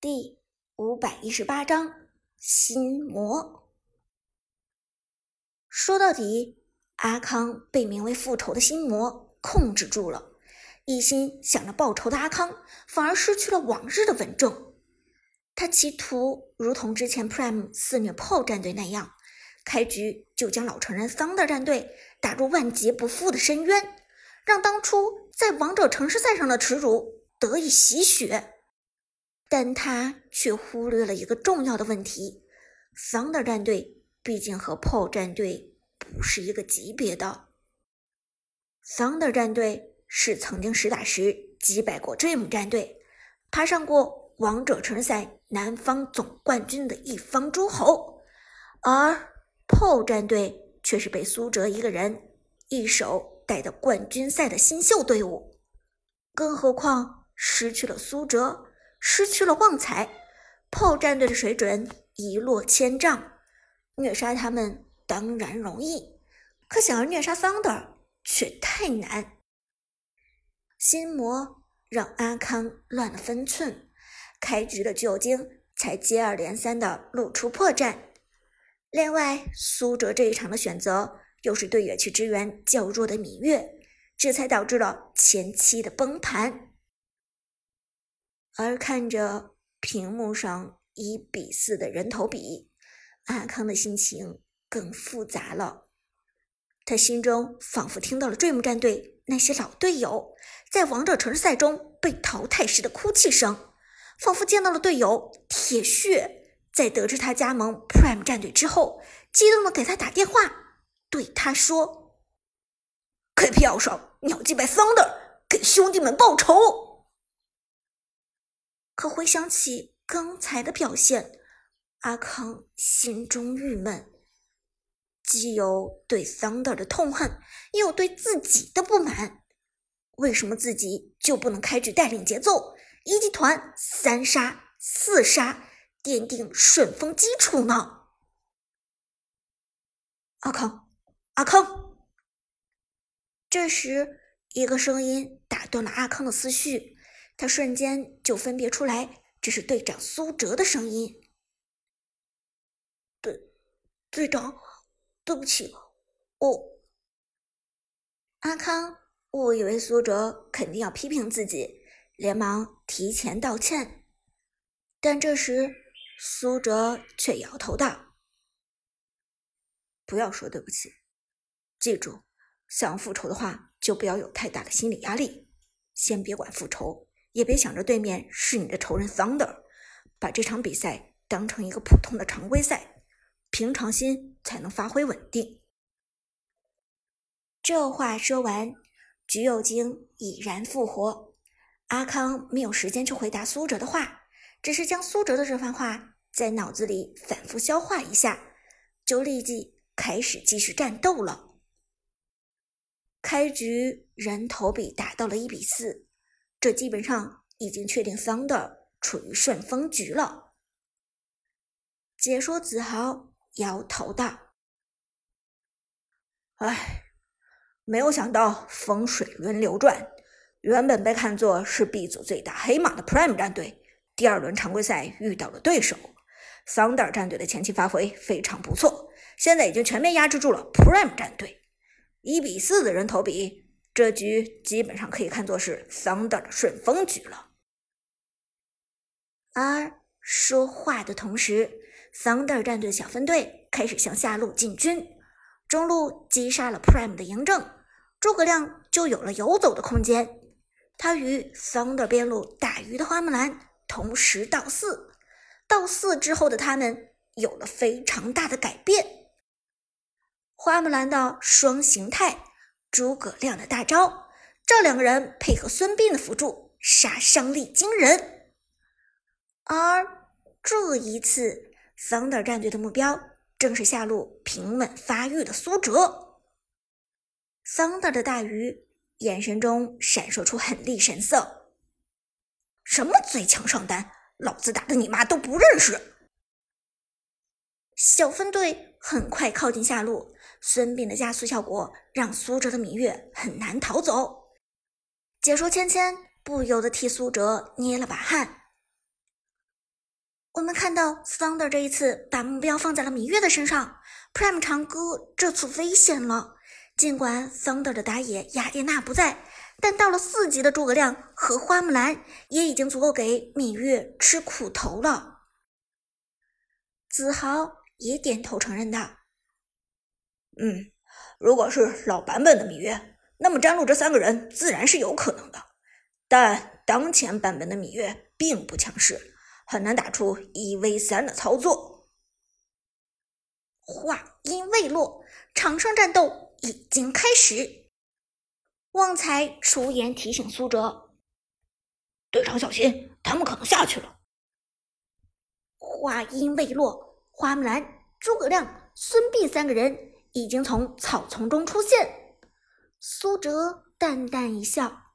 第518章心魔。说到底，阿康被名为复仇的心魔控制住了，一心想着报仇的阿康反而失去了往日的稳重。他企图如同之前 Prime 肆虐 Paul 战队那样，开局就将老成人 Thunder 战队打入万劫不复的深渊，让当初在王者城市赛上的耻辱得以洗雪。但他却忽略了一个重要的问题， Thunder 战队毕竟和 Paul 战队不是一个级别的。 Thunder 战队是曾经实打实击败过 Dream 战队，爬上过王者城市赛南方总冠军的一方诸侯，而 Paul 战队却是被苏哲一个人一手带到冠军赛的新秀队伍，更何况失去了苏哲，失去了旺财， Paul 战队的水准一落千丈，虐杀他们当然容易，可想要虐杀 Thunder 却太难。心魔让阿康乱了分寸，开局的巨精才接二连三的露出破绽。另外，苏哲这一场的选择又是队友去支援较弱的芈月，这才导致了前期的崩盘。而看着屏幕上1-4的人头比，阿康的心情更复杂了。他心中仿佛听到了 Dream 战队那些老队友在王者城市赛中被淘汰时的哭泣声，仿佛见到了队友铁血在得知他加盟 Prime 战队之后，激动的给他打电话，对他说 KPL 上你要击败 Thunder， 给兄弟们报仇。可回想起刚才的表现，阿康心中郁闷，既有对 Thunder 的痛恨，也有对自己的不满。为什么自己就不能开局带领节奏，一级团3杀4杀，奠定顺风基础呢？阿康！这时一个声音打断了阿康的思绪，他瞬间就分别出来，这是队长苏哲的声音。队长，对不起，阿康误以为苏哲肯定要批评自己，连忙提前道歉。但这时苏哲却摇头道：不要说对不起，记住，想复仇的话就不要有太大的心理压力，先别管复仇，也别想着对面是你的仇人 Thunder， 把这场比赛当成一个普通的常规赛，平常心才能发挥稳定。这话说完，橘右京已然复活。阿康没有时间去回答苏哲的话，只是将苏哲的这番话在脑子里反复消化一下，就立即开始继续战斗了。开局人头比打到了1-4，这基本上已经确定 Thunder 处于顺风局了。解说子豪摇头道：没有想到风水轮流转，原本被看作是 B 组最大黑马的 Prime 战队，第2轮常规赛遇到了对手 Thunder 战队的前期发挥非常不错，现在已经全面压制住了 Prime 战队。1-4的人头比，这局基本上可以看作是 Thunder 的顺风局了。而说话的同时， Thunder 战队的小分队开始向下路进军，中路击杀了 Prime 的嬴政，诸葛亮就有了游走的空间。他与 Thunder 边路大鱼的花木兰同时到4之后的他们有了非常大的改变。花木兰的双形态，诸葛亮的大招，这2个人配合孙膑的辅助，杀伤力惊人。而这一次 Thunder 战队的目标正是下路平稳发育的苏哲。Thunder 的大鱼眼神中闪烁出狠厉神色，什么最强上单，老子打的你妈都不认识。小分队很快靠近下路，孙膑的加速效果让苏哲的芈月很难逃走。解说芊芊不由得替苏哲捏了把汗。 我们看到 Thunder 这一次把目标放在了芈月的身上 ，Prime 长歌这次危险了。尽管 Thunder 的打野雅典娜不在，但到了4级的诸葛亮和花木兰也已经足够给芈月吃苦头了。子豪也点头承认道：“ 如果是老版本的芈月，那么詹路这3个人自然是有可能的。但当前版本的芈月并不强势，很难打出1v3的操作。” 话音未落，场上战斗已经开始。旺财出言提醒苏哲：“ 队长小心，他们可能下去了。” 话音未落，花木兰、诸葛亮、孙膑3个人已经从草丛中出现。苏哲淡淡一笑：“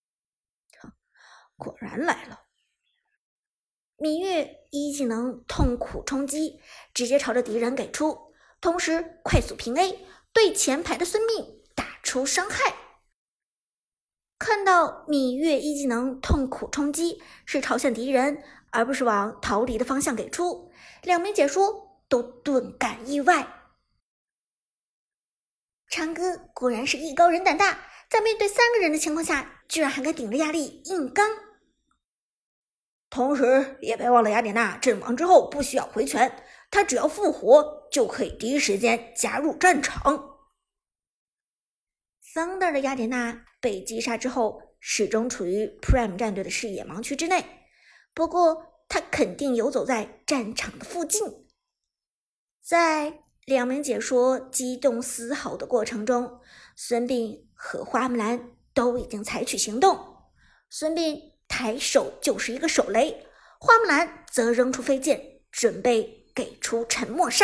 果然来了。” 芈月一技能痛苦冲击，直接朝着敌人给出，同时快速平 A， 对前排的孙膑打出伤害。看到芈月一技能痛苦冲击是朝向敌人，而不是往逃离的方向给出，两名解说都顿感意外。长歌果然是艺高人胆大，在面对3个人的情况下，居然还敢顶着压力硬刚。 同时也别忘了雅典娜阵亡之后不需要回拳，她只要复活就可以第一时间加入战场。 Thunder 的雅典娜被击杀之后，始终处于 Prime 战队的视野盲区之内，不过她肯定游走在战场的附近。在2名解说激动嘶吼的过程中，孙膑和花木兰都已经采取行动。孙膑抬手就是一个手雷，花木兰则扔出飞剑，准备给出沉默杀。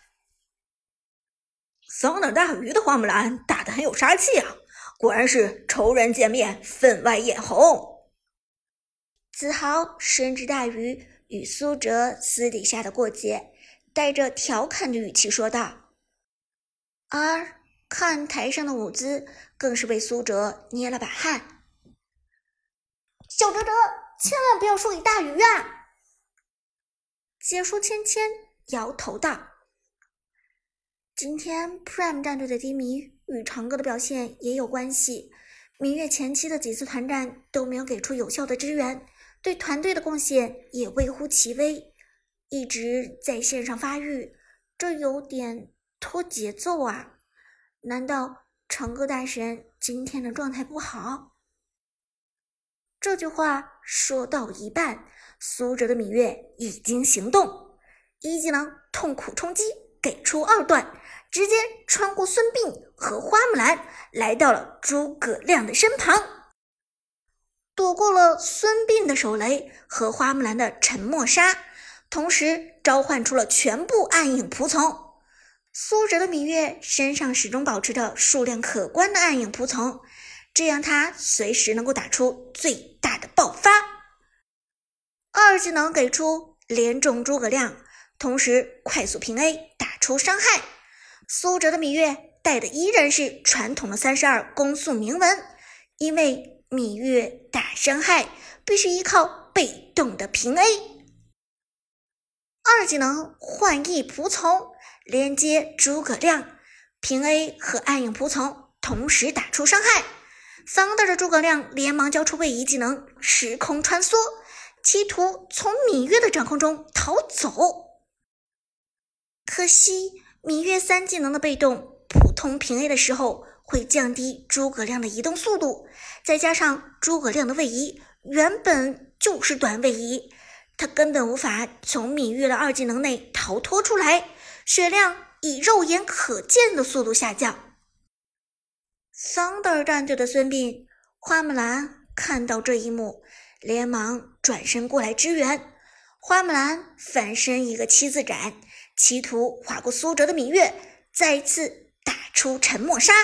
桑德大鱼的花木兰打得很有杀气啊，果然是仇人见面分外眼红。 子豪深知大鱼与苏哲私底下的过节，带着调侃的语气说道，而看台上的舞姿更是为苏哲捏了把汗。小哲哲，千万不要输给大鱼啊！解说芊芊摇头道，今天 Prime 战队的低迷与长歌的表现也有关系，芈月前期的几次团战都没有给出有效的支援，对团队的贡献也微乎其微，一直在线上发育，这有点拖节奏啊！难道长歌大神今天的状态不好？这句话说到一半，苏哲的芈月已经行动，一技能痛苦冲击给出2段，直接穿过孙膑和花木兰，来到了诸葛亮的身旁，躲过了孙膑的手雷和花木兰的沉默杀，同时召唤出了全部暗影仆从。苏哲的芈月身上始终保持着数量可观的暗影仆从，这样他随时能够打出最大的爆发。2技能给出连中诸葛亮，同时快速平 A 打出伤害。苏哲的芈月带的依然是传统的32攻速铭文，因为芈月打伤害必须依靠被动的平 A。2技能幻翼仆从连接诸葛亮，平 A 和暗影仆从同时打出伤害。Thunder 的诸葛亮连忙交出位移技能时空穿梭，企图从芈月的掌控中逃走。可惜芈月3技能的被动普通平 A 的时候会降低诸葛亮的移动速度，再加上诸葛亮的位移原本就是短位移，他根本无法从芈月的2技能内逃脱出来，血量以肉眼可见的速度下降。Thunder 战队的孙膑、花木兰看到这一幕，连忙转身过来支援。花木兰反身一个7字斩，企图划过苏哲的芈月，再次打出沉默杀。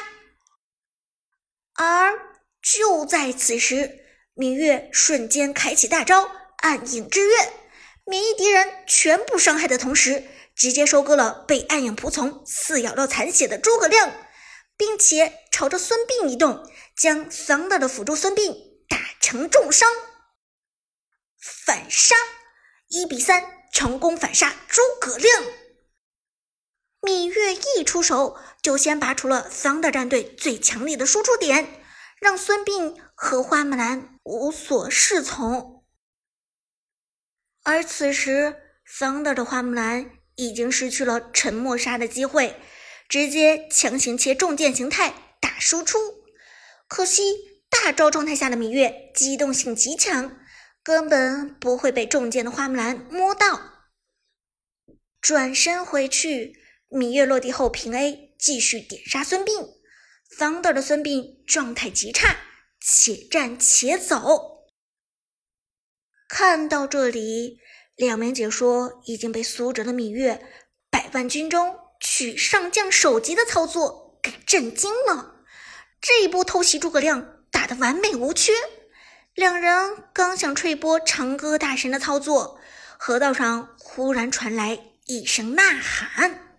而就在此时，芈月瞬间开启大招暗影之月，免疫敌人全部伤害的同时，直接收割了被暗影仆从撕咬到残血的诸葛亮，并且朝着孙膑移动，将Thunder的辅助孙膑打成重伤。反杀1比3 成功反杀诸葛亮。芈月一出手，就先拔出了Thunder战队最强力的输出点，让孙膑和花木兰无所适从。而此时 Thunder 的花木兰已经失去了沉默杀的机会，直接强行切重剑形态大输出。可惜大招状态下的芈月机动性极强，根本不会被重剑的花木兰摸到。转身回去，芈月落地后平 A 继续点杀孙膑。Thunder 的孙膑状态极差，且战且走。看到这里，两名解说已经被苏哲的芈月100万军中取上将首级的操作给震惊了。这一波偷袭诸葛亮打得完美无缺，两人刚想吹波长歌大神的操作，河道上忽然传来一声呐喊：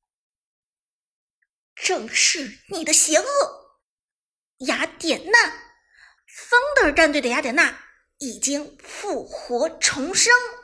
正是你的邪恶！雅典娜，Thunder 战队的雅典娜已经复活重生。